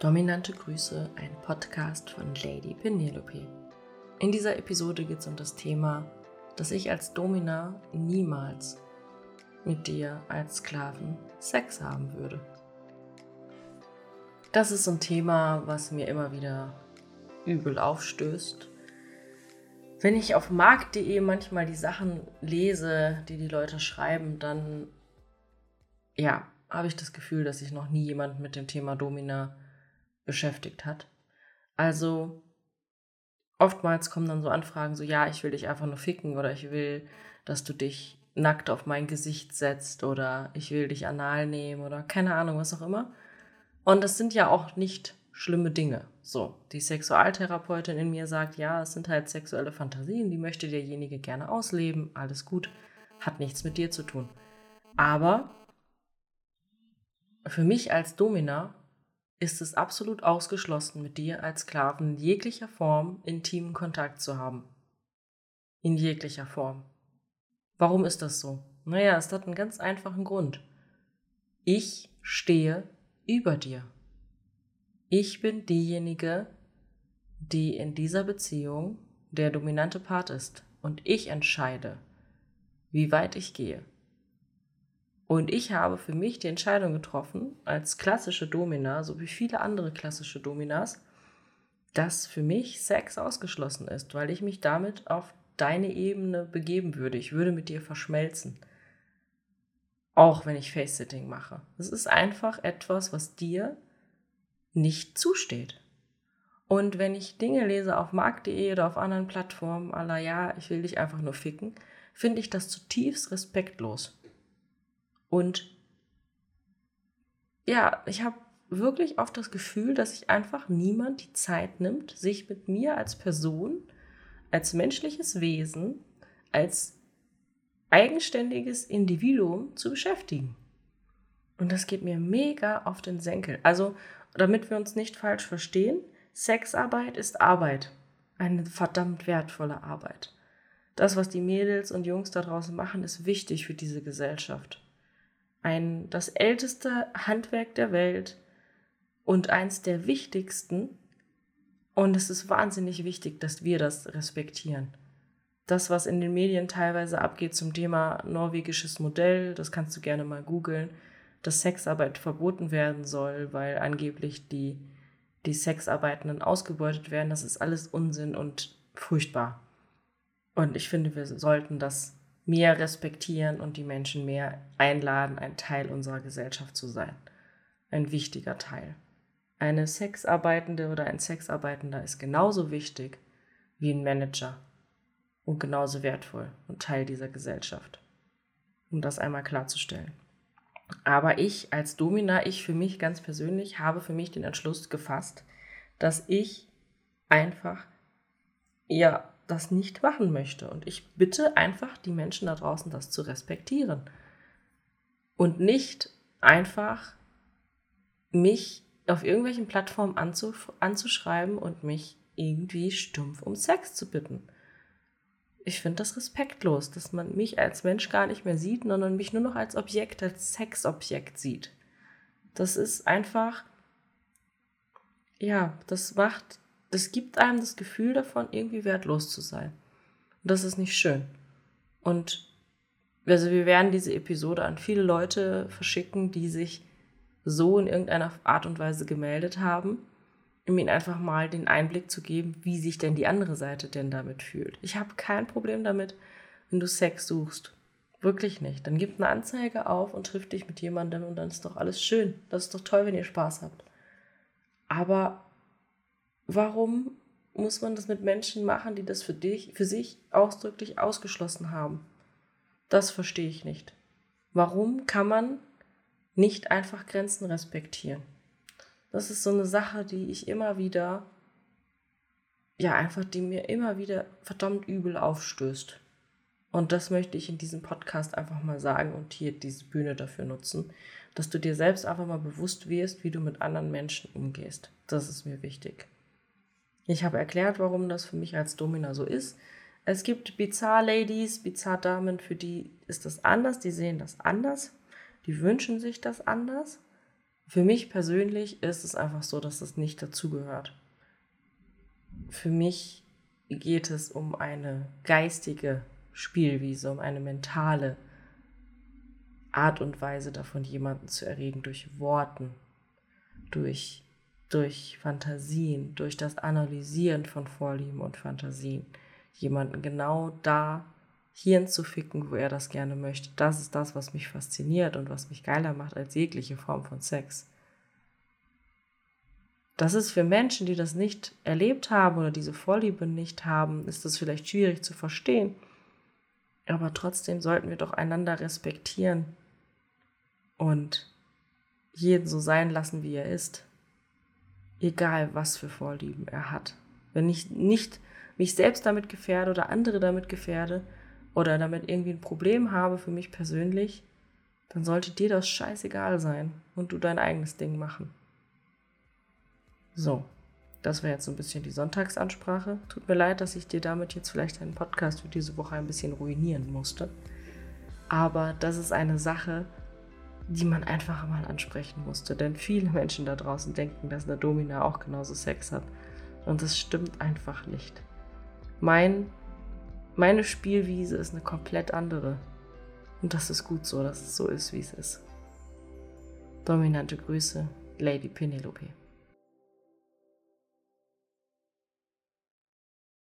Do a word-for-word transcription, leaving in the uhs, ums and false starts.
Dominante Grüße, ein Podcast von Lady Penelope. In dieser Episode geht es um das Thema, dass ich als Domina niemals mit dir als Sklaven Sex haben würde. Das ist so ein Thema, was mir immer wieder übel aufstößt. Wenn ich auf markt punkt de manchmal die Sachen lese, die die Leute schreiben, dann ja, habe ich das Gefühl, dass sich noch nie jemand mit dem Thema Domina beschäftigt hat. Also oftmals kommen dann so Anfragen, so ja, ich will dich einfach nur ficken oder ich will, dass du dich nackt auf mein Gesicht setzt oder ich will dich anal nehmen oder keine Ahnung, was auch immer. Und das sind ja auch nicht schlimme Dinge. So, die Sexualtherapeutin in mir sagt, ja, es sind halt sexuelle Fantasien, die möchte derjenige gerne ausleben, alles gut, hat nichts mit dir zu tun. Aber für mich als Domina ist es absolut ausgeschlossen, mit dir als Sklaven in jeglicher Form intimen Kontakt zu haben. In jeglicher Form. Warum ist das so? Naja, es hat einen ganz einfachen Grund. Ich stehe über dir. Ich bin diejenige, die in dieser Beziehung der dominante Part ist. Und ich entscheide, wie weit ich gehe. Und ich habe für mich die Entscheidung getroffen, als klassische Domina, so wie viele andere klassische Dominas, dass für mich Sex ausgeschlossen ist, weil ich mich damit auf deine Ebene begeben würde. Ich würde mit dir verschmelzen. Auch wenn ich Face-Sitting mache. Es ist einfach etwas, was dir nicht zusteht. Und wenn ich Dinge lese auf markt punkt de oder auf anderen Plattformen, à la ja, ich will dich einfach nur ficken, finde ich das zutiefst respektlos. Und ja, ich habe wirklich oft das Gefühl, dass sich einfach niemand die Zeit nimmt, sich mit mir als Person, als menschliches Wesen, als eigenständiges Individuum zu beschäftigen. Und das geht mir mega auf den Senkel. Also, damit wir uns nicht falsch verstehen, Sexarbeit ist Arbeit. Eine verdammt wertvolle Arbeit. Das, was die Mädels und Jungs da draußen machen, ist wichtig für diese Gesellschaft. Ein, das älteste Handwerk der Welt und eins der wichtigsten. Und es ist wahnsinnig wichtig, dass wir das respektieren. Das, was in den Medien teilweise abgeht zum Thema norwegisches Modell, das kannst du gerne mal googeln, dass Sexarbeit verboten werden soll, weil angeblich die, die Sexarbeitenden ausgebeutet werden. Das ist alles Unsinn und furchtbar. Und ich finde, wir sollten das mehr respektieren und die Menschen mehr einladen, ein Teil unserer Gesellschaft zu sein. Ein wichtiger Teil. Eine Sexarbeitende oder ein Sexarbeitender ist genauso wichtig wie ein Manager und genauso wertvoll und Teil dieser Gesellschaft. Um das einmal klarzustellen. Aber ich als Domina, ich für mich ganz persönlich, habe für mich den Entschluss gefasst, dass ich einfach ja das nicht machen möchte. Und ich bitte einfach die Menschen da draußen, das zu respektieren. Und nicht einfach mich auf irgendwelchen Plattformen anzuf- anzuschreiben und mich irgendwie stumpf um Sex zu bitten. Ich finde das respektlos, dass man mich als Mensch gar nicht mehr sieht, sondern mich nur noch als Objekt, als Sexobjekt sieht. Das ist einfach, ja, das macht, das gibt einem das Gefühl davon, irgendwie wertlos zu sein. Und das ist nicht schön. Und also wir werden diese Episode an viele Leute verschicken, die sich so in irgendeiner Art und Weise gemeldet haben, um ihnen einfach mal den Einblick zu geben, wie sich denn die andere Seite denn damit fühlt. Ich habe kein Problem damit, wenn du Sex suchst. Wirklich nicht. Dann gib eine Anzeige auf und triff dich mit jemandem und dann ist doch alles schön. Das ist doch toll, wenn ihr Spaß habt. Aber warum muss man das mit Menschen machen, die das für dich, für sich ausdrücklich ausgeschlossen haben? Das verstehe ich nicht. Warum kann man nicht einfach Grenzen respektieren? Das ist so eine Sache, die ich immer wieder, ja, einfach, die mir immer wieder verdammt übel aufstößt. Und das möchte ich in diesem Podcast einfach mal sagen und hier diese Bühne dafür nutzen, dass du dir selbst einfach mal bewusst wirst, wie du mit anderen Menschen umgehst. Das ist mir wichtig. Ich habe erklärt, warum das für mich als Domina so ist. Es gibt Bizarre-Ladies, Bizarre-Damen, für die ist das anders, die sehen das anders, die wünschen sich das anders. Für mich persönlich ist es einfach so, dass es nicht dazugehört. Für mich geht es um eine geistige Spielwiese, um eine mentale Art und Weise davon, jemanden zu erregen, durch Worten, durch, durch Fantasien, durch das Analysieren von Vorlieben und Fantasien, jemanden genau da hierhin zu ficken, wo er das gerne möchte. Das ist das, was mich fasziniert und was mich geiler macht als jegliche Form von Sex. Das ist für Menschen, die das nicht erlebt haben oder diese Vorliebe nicht haben, ist das vielleicht schwierig zu verstehen. Aber trotzdem sollten wir doch einander respektieren und jeden so sein lassen, wie er ist. Egal, was für Vorlieben er hat. Wenn ich nicht mich selbst damit gefährde oder andere damit gefährde oder damit irgendwie ein Problem habe für mich persönlich, dann sollte dir das scheißegal sein und du dein eigenes Ding machen. So, das war jetzt so ein bisschen die Sonntagsansprache. Tut mir leid, dass ich dir damit jetzt vielleicht einen Podcast für diese Woche ein bisschen ruinieren musste. Aber das ist eine Sache, die man einfach mal ansprechen musste. Denn viele Menschen da draußen denken, dass eine Domina auch genauso Sex hat. Und das stimmt einfach nicht. Mein, meine Spielwiese ist eine komplett andere. Und das ist gut so, dass es so ist, wie es ist. Dominante Grüße, Lady Penelope.